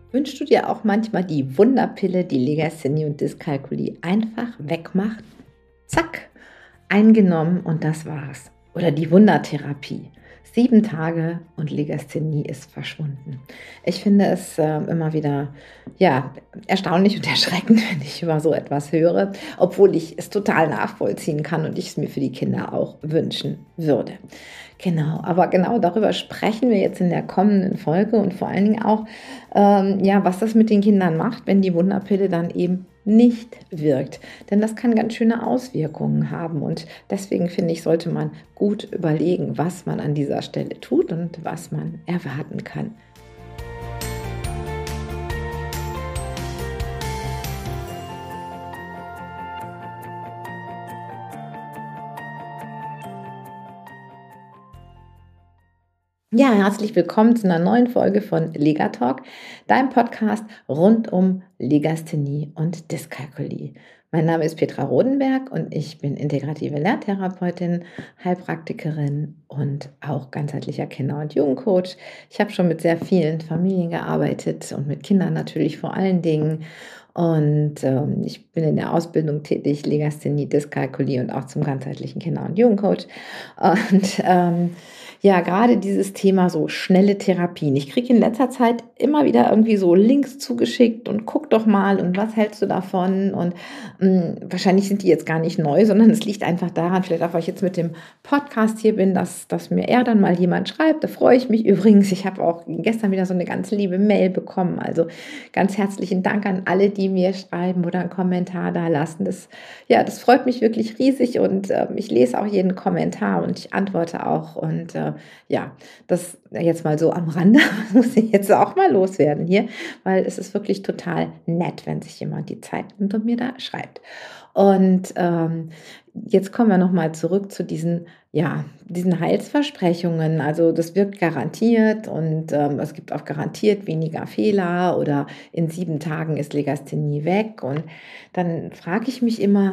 Wünschst du dir auch manchmal die Wunderpille, die Legasthenie und Dyskalkulie einfach wegmacht? Zack, eingenommen und das war's. Oder die Wundertherapie. 7 Tage und Legasthenie ist verschwunden. Ich finde es immer wieder ja, erstaunlich und erschreckend, wenn ich über so etwas höre, obwohl ich es total nachvollziehen kann und ich es mir für die Kinder auch wünschen würde. Genau, aber genau darüber sprechen wir jetzt in der kommenden Folge und vor allen Dingen auch, ja, was das mit den Kindern macht, wenn die Wunderpille dann eben nicht wirkt. Denn das kann ganz schöne Auswirkungen haben und deswegen finde ich, sollte man gut überlegen, was man an dieser Stelle tut und was man erwarten kann. Ja, herzlich willkommen zu einer neuen Folge von Legatalk, deinem Podcast rund um Legasthenie und Dyskalkulie. Mein Name ist Petra Rodenberg und ich bin integrative Lerntherapeutin, Heilpraktikerin und auch ganzheitlicher Kinder- und Jugendcoach. Ich habe schon mit sehr vielen Familien gearbeitet und mit Kindern natürlich vor allen Dingen. Und ich bin in der Ausbildung tätig, Legasthenie, Dyskalkulie und auch zum ganzheitlichen Kinder- und Jugendcoach. Und ja, gerade dieses Thema so schnelle Therapien. Ich kriege in letzter Zeit immer wieder irgendwie so Links zugeschickt und guck doch mal und was hältst du davon? Und wahrscheinlich sind die jetzt gar nicht neu, sondern es liegt einfach daran, vielleicht auch, weil ich jetzt mit dem Podcast hier bin, dass mir eher dann mal jemand schreibt. Da freue ich mich übrigens. Ich habe auch gestern wieder so eine ganz liebe Mail bekommen. Also ganz herzlichen Dank an alle, die mir schreiben oder einen Kommentar da lassen. Ja, das freut mich wirklich riesig und ich lese auch jeden Kommentar und ich antworte auch und ja, das jetzt mal so am Rande, muss ich jetzt auch mal loswerden hier, weil es ist wirklich total nett, wenn sich jemand die Zeit nimmt und mir da schreibt. Und jetzt kommen wir nochmal zurück zu diesen Heilsversprechungen. Also das wirkt garantiert und es gibt auch garantiert weniger Fehler oder in 7 Tagen ist Legasthenie weg. Und dann frage ich mich immer,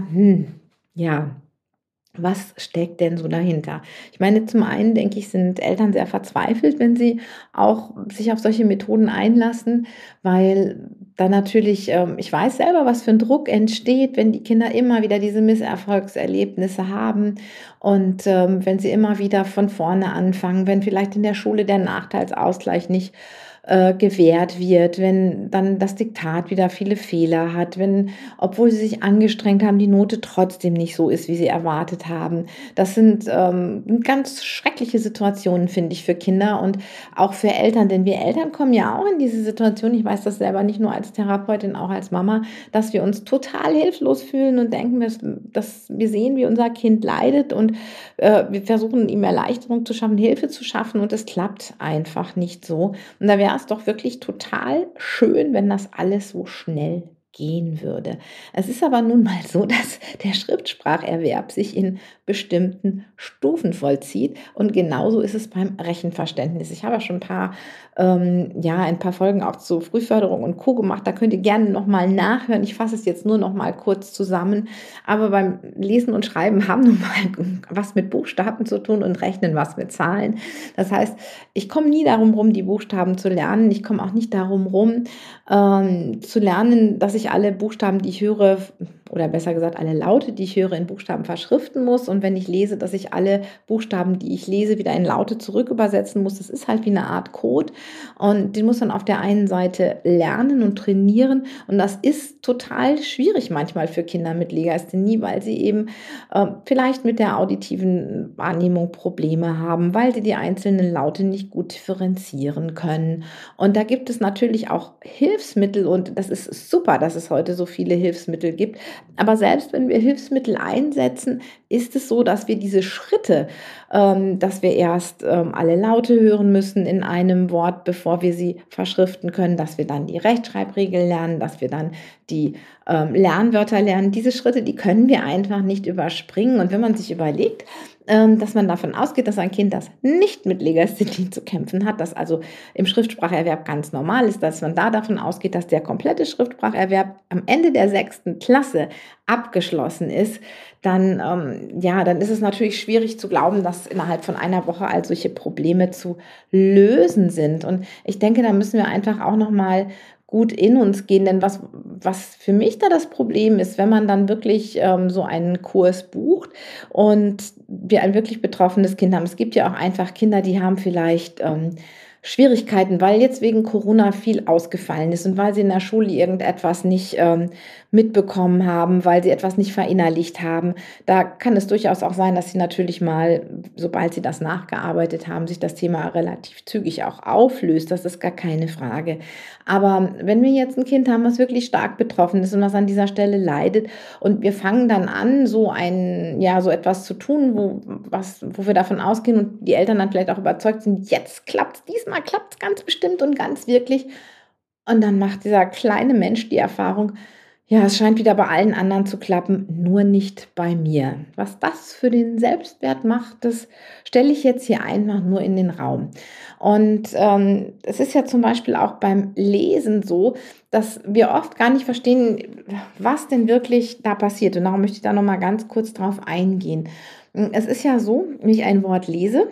ja, was steckt denn so dahinter? Ich meine, zum einen denke ich, sind Eltern sehr verzweifelt, wenn sie auch sich auf solche Methoden einlassen, weil dann natürlich, ich weiß selber, was für ein Druck entsteht, wenn die Kinder immer wieder diese Misserfolgserlebnisse haben und wenn sie immer wieder von vorne anfangen, wenn vielleicht in der Schule der Nachteilsausgleich nicht gewährt wird, wenn dann das Diktat wieder viele Fehler hat, wenn, obwohl sie sich angestrengt haben, die Note trotzdem nicht so ist, wie sie erwartet haben. Das sind ganz schreckliche Situationen, finde ich, für Kinder und auch für Eltern, denn wir Eltern kommen ja auch in diese Situation, ich weiß das selber nicht nur als Therapeutin, auch als Mama, dass wir uns total hilflos fühlen und denken, dass wir sehen, wie unser Kind leidet und wir versuchen ihm Erleichterung zu schaffen, Hilfe zu schaffen und es klappt einfach nicht so. Und da wäre es doch wirklich total schön, wenn das alles so schnell gehen würde. Es ist aber nun mal so, dass der Schriftspracherwerb sich in bestimmten Stufen vollzieht und genauso ist es beim Rechenverständnis. Ich habe ja schon ein paar Folgen auch zu Frühförderung und Co. gemacht. Da könnt ihr gerne nochmal nachhören. Ich fasse es jetzt nur noch mal kurz zusammen. Aber beim Lesen und Schreiben haben nun mal was mit Buchstaben zu tun und Rechnen was mit Zahlen. Das heißt, ich komme nie darum rum, die Buchstaben zu lernen. Ich komme auch nicht darum rum, zu lernen, dass ich alle Buchstaben, die ich höre, oder besser gesagt alle Laute, die ich höre, in Buchstaben verschriften muss. Und wenn ich lese, dass ich alle Buchstaben, die ich lese, wieder in Laute zurückübersetzen muss. Das ist halt wie eine Art Code. Und den muss man auf der einen Seite lernen und trainieren. Und das ist total schwierig manchmal für Kinder mit Legasthenie, weil sie eben vielleicht mit der auditiven Wahrnehmung Probleme haben, weil sie die einzelnen Laute nicht gut differenzieren können. Und da gibt es natürlich auch Hilfsmittel und das ist super, dass es heute so viele Hilfsmittel gibt. Aber selbst wenn wir Hilfsmittel einsetzen, ist es so, dass wir diese Schritte, dass wir erst alle Laute hören müssen in einem Wort, bevor wir sie verschriften können, dass wir dann die Rechtschreibregel lernen, dass wir dann die Lernwörter lernen. Diese Schritte, die können wir einfach nicht überspringen. Und wenn man sich überlegt, dass man davon ausgeht, dass ein Kind, das nicht mit Legasthenie zu kämpfen hat, das also im Schriftspracherwerb ganz normal ist, dass man da davon ausgeht, dass der komplette Schriftspracherwerb am Ende der 6. Klasse abgeschlossen ist, dann ist es natürlich schwierig zu glauben, dass innerhalb von einer Woche all solche Probleme zu lösen sind. Und ich denke, da müssen wir einfach auch noch mal gut in uns gehen. Denn was für mich da das Problem ist, wenn man dann wirklich so einen Kurs bucht und wir ein wirklich betroffenes Kind haben. Es gibt ja auch einfach Kinder, die haben vielleicht Schwierigkeiten, weil jetzt wegen Corona viel ausgefallen ist und weil sie in der Schule irgendetwas nicht mitbekommen haben, weil sie etwas nicht verinnerlicht haben. Da kann es durchaus auch sein, dass sie natürlich mal, sobald sie das nachgearbeitet haben, sich das Thema relativ zügig auch auflöst. Das ist gar keine Frage. Aber wenn wir jetzt ein Kind haben, was wirklich stark betroffen ist und was an dieser Stelle leidet und wir fangen dann an, so etwas zu tun, wo wir davon ausgehen und die Eltern dann vielleicht auch überzeugt sind, jetzt klappt's, diesmal klappt's ganz bestimmt und ganz wirklich. Und dann macht dieser kleine Mensch die Erfahrung, ja, es scheint wieder bei allen anderen zu klappen, nur nicht bei mir. Was das für den Selbstwert macht, das stelle ich jetzt hier einfach nur in den Raum. Und es ist ja zum Beispiel auch beim Lesen so, dass wir oft gar nicht verstehen, was denn wirklich da passiert. Und darum möchte ich da nochmal ganz kurz drauf eingehen. Es ist ja so, wenn ich ein Wort lese,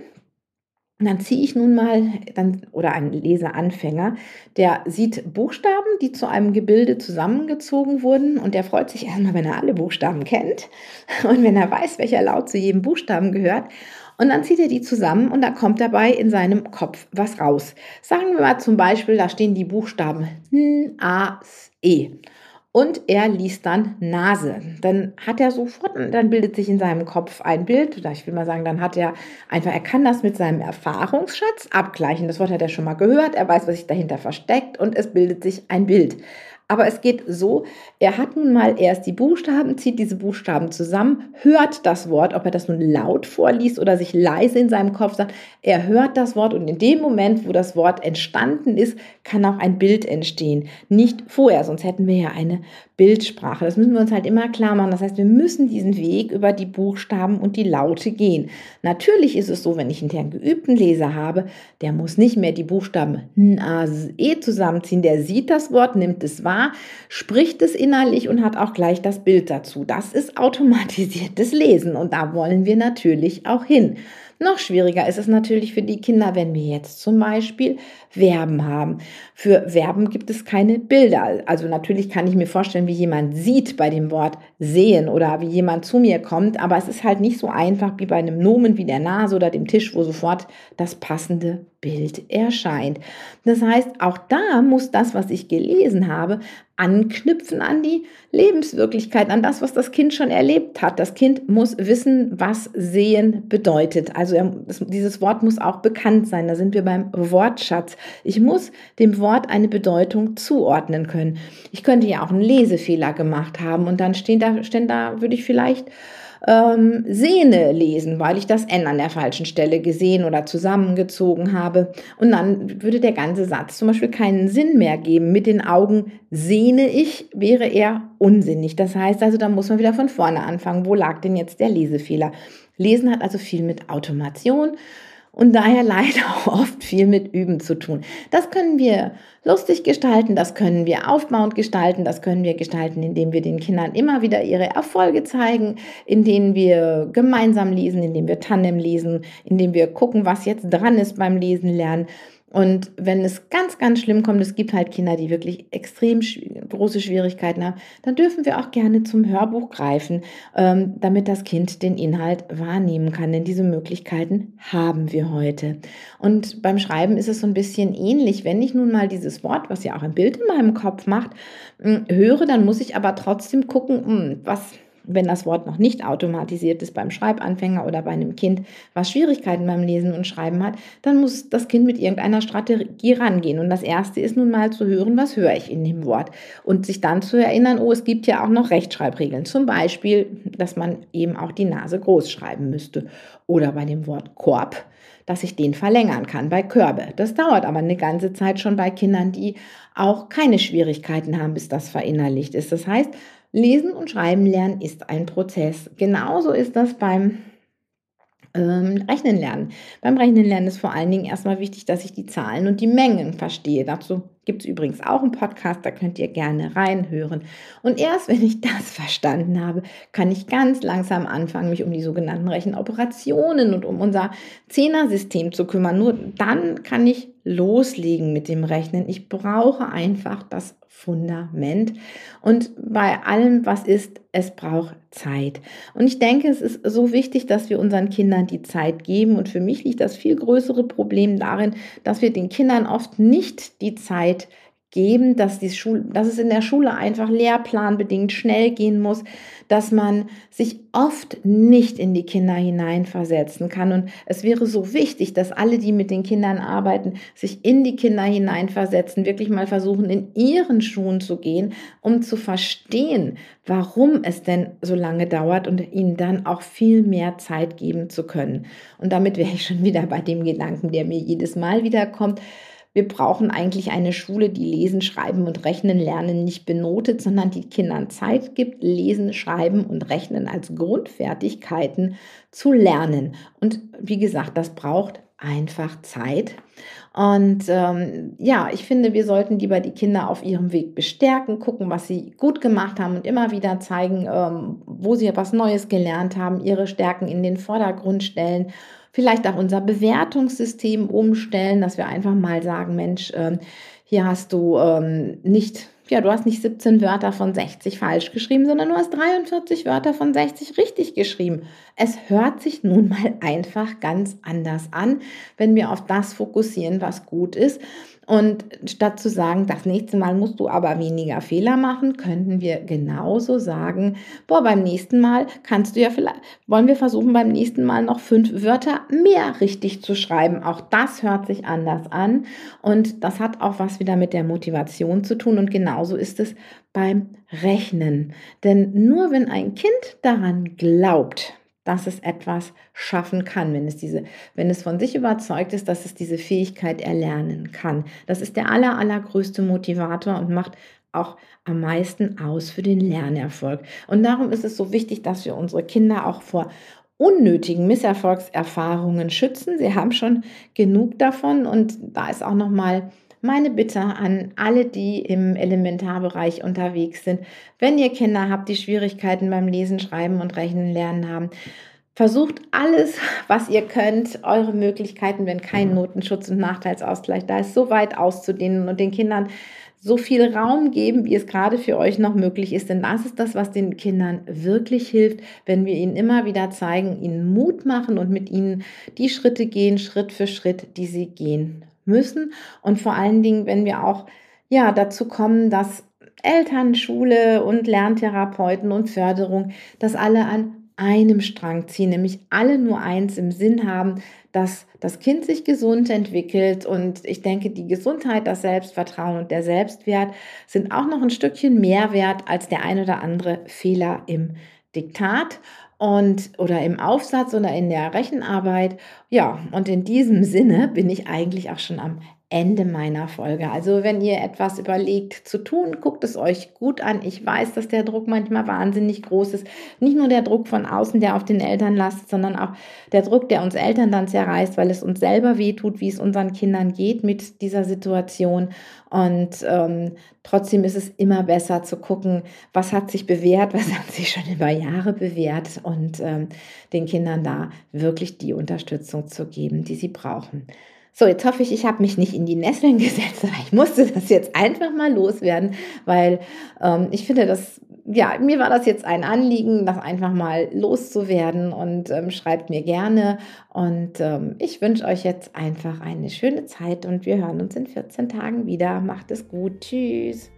und dann ziehe ich nun mal, oder ein Leseanfänger, der sieht Buchstaben, die zu einem Gebilde zusammengezogen wurden und der freut sich erstmal, wenn er alle Buchstaben kennt und wenn er weiß, welcher Laut zu jedem Buchstaben gehört. Und dann zieht er die zusammen und da kommt dabei in seinem Kopf was raus. Sagen wir mal zum Beispiel, da stehen die Buchstaben N, A, S, E. Und er liest dann Nase. Dann hat er sofort, dann bildet sich in seinem Kopf ein Bild. Oder ich will mal sagen, dann hat er einfach, er kann das mit seinem Erfahrungsschatz abgleichen. Das Wort hat er schon mal gehört, er weiß, was sich dahinter versteckt und es bildet sich ein Bild. Aber es geht so, er hat nun mal erst die Buchstaben, zieht diese Buchstaben zusammen, hört das Wort, ob er das nun laut vorliest oder sich leise in seinem Kopf sagt, er hört das Wort und in dem Moment, wo das Wort entstanden ist, kann auch ein Bild entstehen. Nicht vorher, sonst hätten wir ja eine Bildsprache. Das müssen wir uns halt immer klar machen. Das heißt, wir müssen diesen Weg über die Buchstaben und die Laute gehen. Natürlich ist es so, wenn ich einen geübten Leser habe, der muss nicht mehr die Buchstaben N, A, S, E zusammenziehen. Der sieht das Wort, nimmt es wahr, spricht es innerlich und hat auch gleich das Bild dazu. Das ist automatisiertes Lesen und da wollen wir natürlich auch hin. Noch schwieriger ist es natürlich für die Kinder, wenn wir jetzt zum Beispiel Verben haben. Für Verben gibt es keine Bilder. Also natürlich kann ich mir vorstellen, wie jemand sieht bei dem Wort sehen oder wie jemand zu mir kommt, aber es ist halt nicht so einfach wie bei einem Nomen wie der Nase oder dem Tisch, wo sofort das passende Bild erscheint. Das heißt, auch da muss das, was ich gelesen habe, anknüpfen an die Lebenswirklichkeit, an das, was das Kind schon erlebt hat. Das Kind muss wissen, was sehen bedeutet. Also dieses Wort muss auch bekannt sein. Da sind wir beim Wortschatz. Ich muss dem Wort eine Bedeutung zuordnen können. Ich könnte ja auch einen Lesefehler gemacht haben und dann würde ich vielleicht Sehne lesen, weil ich das N an der falschen Stelle gesehen oder zusammengezogen habe. Und dann würde der ganze Satz zum Beispiel keinen Sinn mehr geben. Mit den Augen sehne ich, wäre er unsinnig. Das heißt also, da muss man wieder von vorne anfangen. Wo lag denn jetzt der Lesefehler? Lesen hat also viel mit Automation und daher leider auch oft viel mit Üben zu tun. Das können wir lustig gestalten, das können wir aufbauend gestalten, das können wir gestalten, indem wir den Kindern immer wieder ihre Erfolge zeigen, indem wir gemeinsam lesen, indem wir Tandem lesen, indem wir gucken, was jetzt dran ist beim Lesen lernen. Und wenn es ganz, ganz schlimm kommt, es gibt halt Kinder, die wirklich extrem große Schwierigkeiten haben, dann dürfen wir auch gerne zum Hörbuch greifen, damit das Kind den Inhalt wahrnehmen kann. Denn diese Möglichkeiten haben wir heute. Und beim Schreiben ist es so ein bisschen ähnlich. Wenn ich nun mal dieses Wort, was ja auch ein Bild in meinem Kopf macht, höre, dann muss ich aber trotzdem gucken, wenn das Wort noch nicht automatisiert ist beim Schreibanfänger oder bei einem Kind, was Schwierigkeiten beim Lesen und Schreiben hat, dann muss das Kind mit irgendeiner Strategie rangehen. Und das Erste ist nun mal zu hören, was höre ich in dem Wort? Und sich dann zu erinnern, es gibt ja auch noch Rechtschreibregeln. Zum Beispiel, dass man eben auch die Nase groß schreiben müsste. Oder bei dem Wort Korb, dass ich den verlängern kann bei Körbe. Das dauert aber eine ganze Zeit schon bei Kindern, die auch keine Schwierigkeiten haben, bis das verinnerlicht ist. Das heißt, Lesen und Schreiben lernen ist ein Prozess. Genauso ist das beim Rechnen lernen. Beim Rechnen lernen ist vor allen Dingen erstmal wichtig, dass ich die Zahlen und die Mengen verstehe. Dazu gibt es übrigens auch einen Podcast, da könnt ihr gerne reinhören. Und erst wenn ich das verstanden habe, kann ich ganz langsam anfangen, mich um die sogenannten Rechenoperationen und um unser Zehnersystem zu kümmern. Nur dann kann ich loslegen mit dem Rechnen. Ich brauche einfach das Fundament. Und bei allem, was ist, es braucht Zeit. Und ich denke, es ist so wichtig, dass wir unseren Kindern die Zeit geben. Und für mich liegt das viel größere Problem darin, dass wir den Kindern oft nicht die Zeit geben, dass es in der Schule einfach lehrplanbedingt schnell gehen muss, dass man sich oft nicht in die Kinder hineinversetzen kann. Und es wäre so wichtig, dass alle, die mit den Kindern arbeiten, sich in die Kinder hineinversetzen, wirklich mal versuchen, in ihren Schuhen zu gehen, um zu verstehen, warum es denn so lange dauert und ihnen dann auch viel mehr Zeit geben zu können. Und damit wäre ich schon wieder bei dem Gedanken, der mir jedes Mal wieder kommt. Wir brauchen eigentlich eine Schule, die Lesen, Schreiben und Rechnen lernen nicht benotet, sondern die Kindern Zeit gibt, Lesen, Schreiben und Rechnen als Grundfertigkeiten zu lernen. Und wie gesagt, das braucht einfach Zeit. Und ja, ich finde, wir sollten lieber die Kinder auf ihrem Weg bestärken, gucken, was sie gut gemacht haben und immer wieder zeigen, wo sie was Neues gelernt haben, ihre Stärken in den Vordergrund stellen. Vielleicht auch unser Bewertungssystem umstellen, dass wir einfach mal sagen, Mensch, hier hast du du hast nicht 17 Wörter von 60 falsch geschrieben, sondern du hast 43 Wörter von 60 richtig geschrieben. Es hört sich nun mal einfach ganz anders an, wenn wir auf das fokussieren, was gut ist. Und statt zu sagen, das nächste Mal musst du aber weniger Fehler machen, könnten wir genauso sagen, beim nächsten Mal wollen wir versuchen, beim nächsten Mal noch 5 Wörter mehr richtig zu schreiben. Auch das hört sich anders an und das hat auch was wieder mit der Motivation zu tun und genauso ist es beim Rechnen. Denn nur wenn ein Kind daran glaubt, dass es etwas schaffen kann, wenn es von sich überzeugt ist, dass es diese Fähigkeit erlernen kann. Das ist der allergrößte Motivator und macht auch am meisten aus für den Lernerfolg. Und darum ist es so wichtig, dass wir unsere Kinder auch vor unnötigen Misserfolgserfahrungen schützen. Sie haben schon genug davon und da ist auch noch mal meine Bitte an alle, die im Elementarbereich unterwegs sind, wenn ihr Kinder habt, die Schwierigkeiten beim Lesen, Schreiben und Rechnen lernen haben, versucht alles, was ihr könnt, eure Möglichkeiten, wenn kein Notenschutz und Nachteilsausgleich da ist, so weit auszudehnen und den Kindern so viel Raum geben, wie es gerade für euch noch möglich ist. Denn das ist das, was den Kindern wirklich hilft, wenn wir ihnen immer wieder zeigen, ihnen Mut machen und mit ihnen die Schritte gehen, Schritt für Schritt, die sie gehen müssen. Und vor allen Dingen, wenn wir auch dazu kommen, dass Eltern, Schule und Lerntherapeuten und Förderung, dass alle an einem Strang ziehen, nämlich alle nur eins im Sinn haben, dass das Kind sich gesund entwickelt und ich denke, die Gesundheit, das Selbstvertrauen und der Selbstwert sind auch noch ein Stückchen mehr wert als der ein oder andere Fehler im Diktat oder im Aufsatz oder in der Rechenarbeit. Ja, und in diesem Sinne bin ich eigentlich auch schon am Ende meiner Folge. Also wenn ihr etwas überlegt zu tun, guckt es euch gut an. Ich weiß, dass der Druck manchmal wahnsinnig groß ist. Nicht nur der Druck von außen, der auf den Eltern lastet, sondern auch der Druck, der uns Eltern dann zerreißt, weil es uns selber wehtut, wie es unseren Kindern geht mit dieser Situation. Und trotzdem ist es immer besser zu gucken, was hat sich bewährt, was hat sich schon über Jahre bewährt und den Kindern da wirklich die Unterstützung zu geben, die sie brauchen. So, jetzt hoffe ich, ich habe mich nicht in die Nesseln gesetzt, aber ich musste das jetzt einfach mal loswerden, weil ich finde, mir war das jetzt ein Anliegen, das einfach mal loszuwerden und schreibt mir gerne. Und ich wünsche euch jetzt einfach eine schöne Zeit und wir hören uns in 14 Tagen wieder. Macht es gut. Tschüss.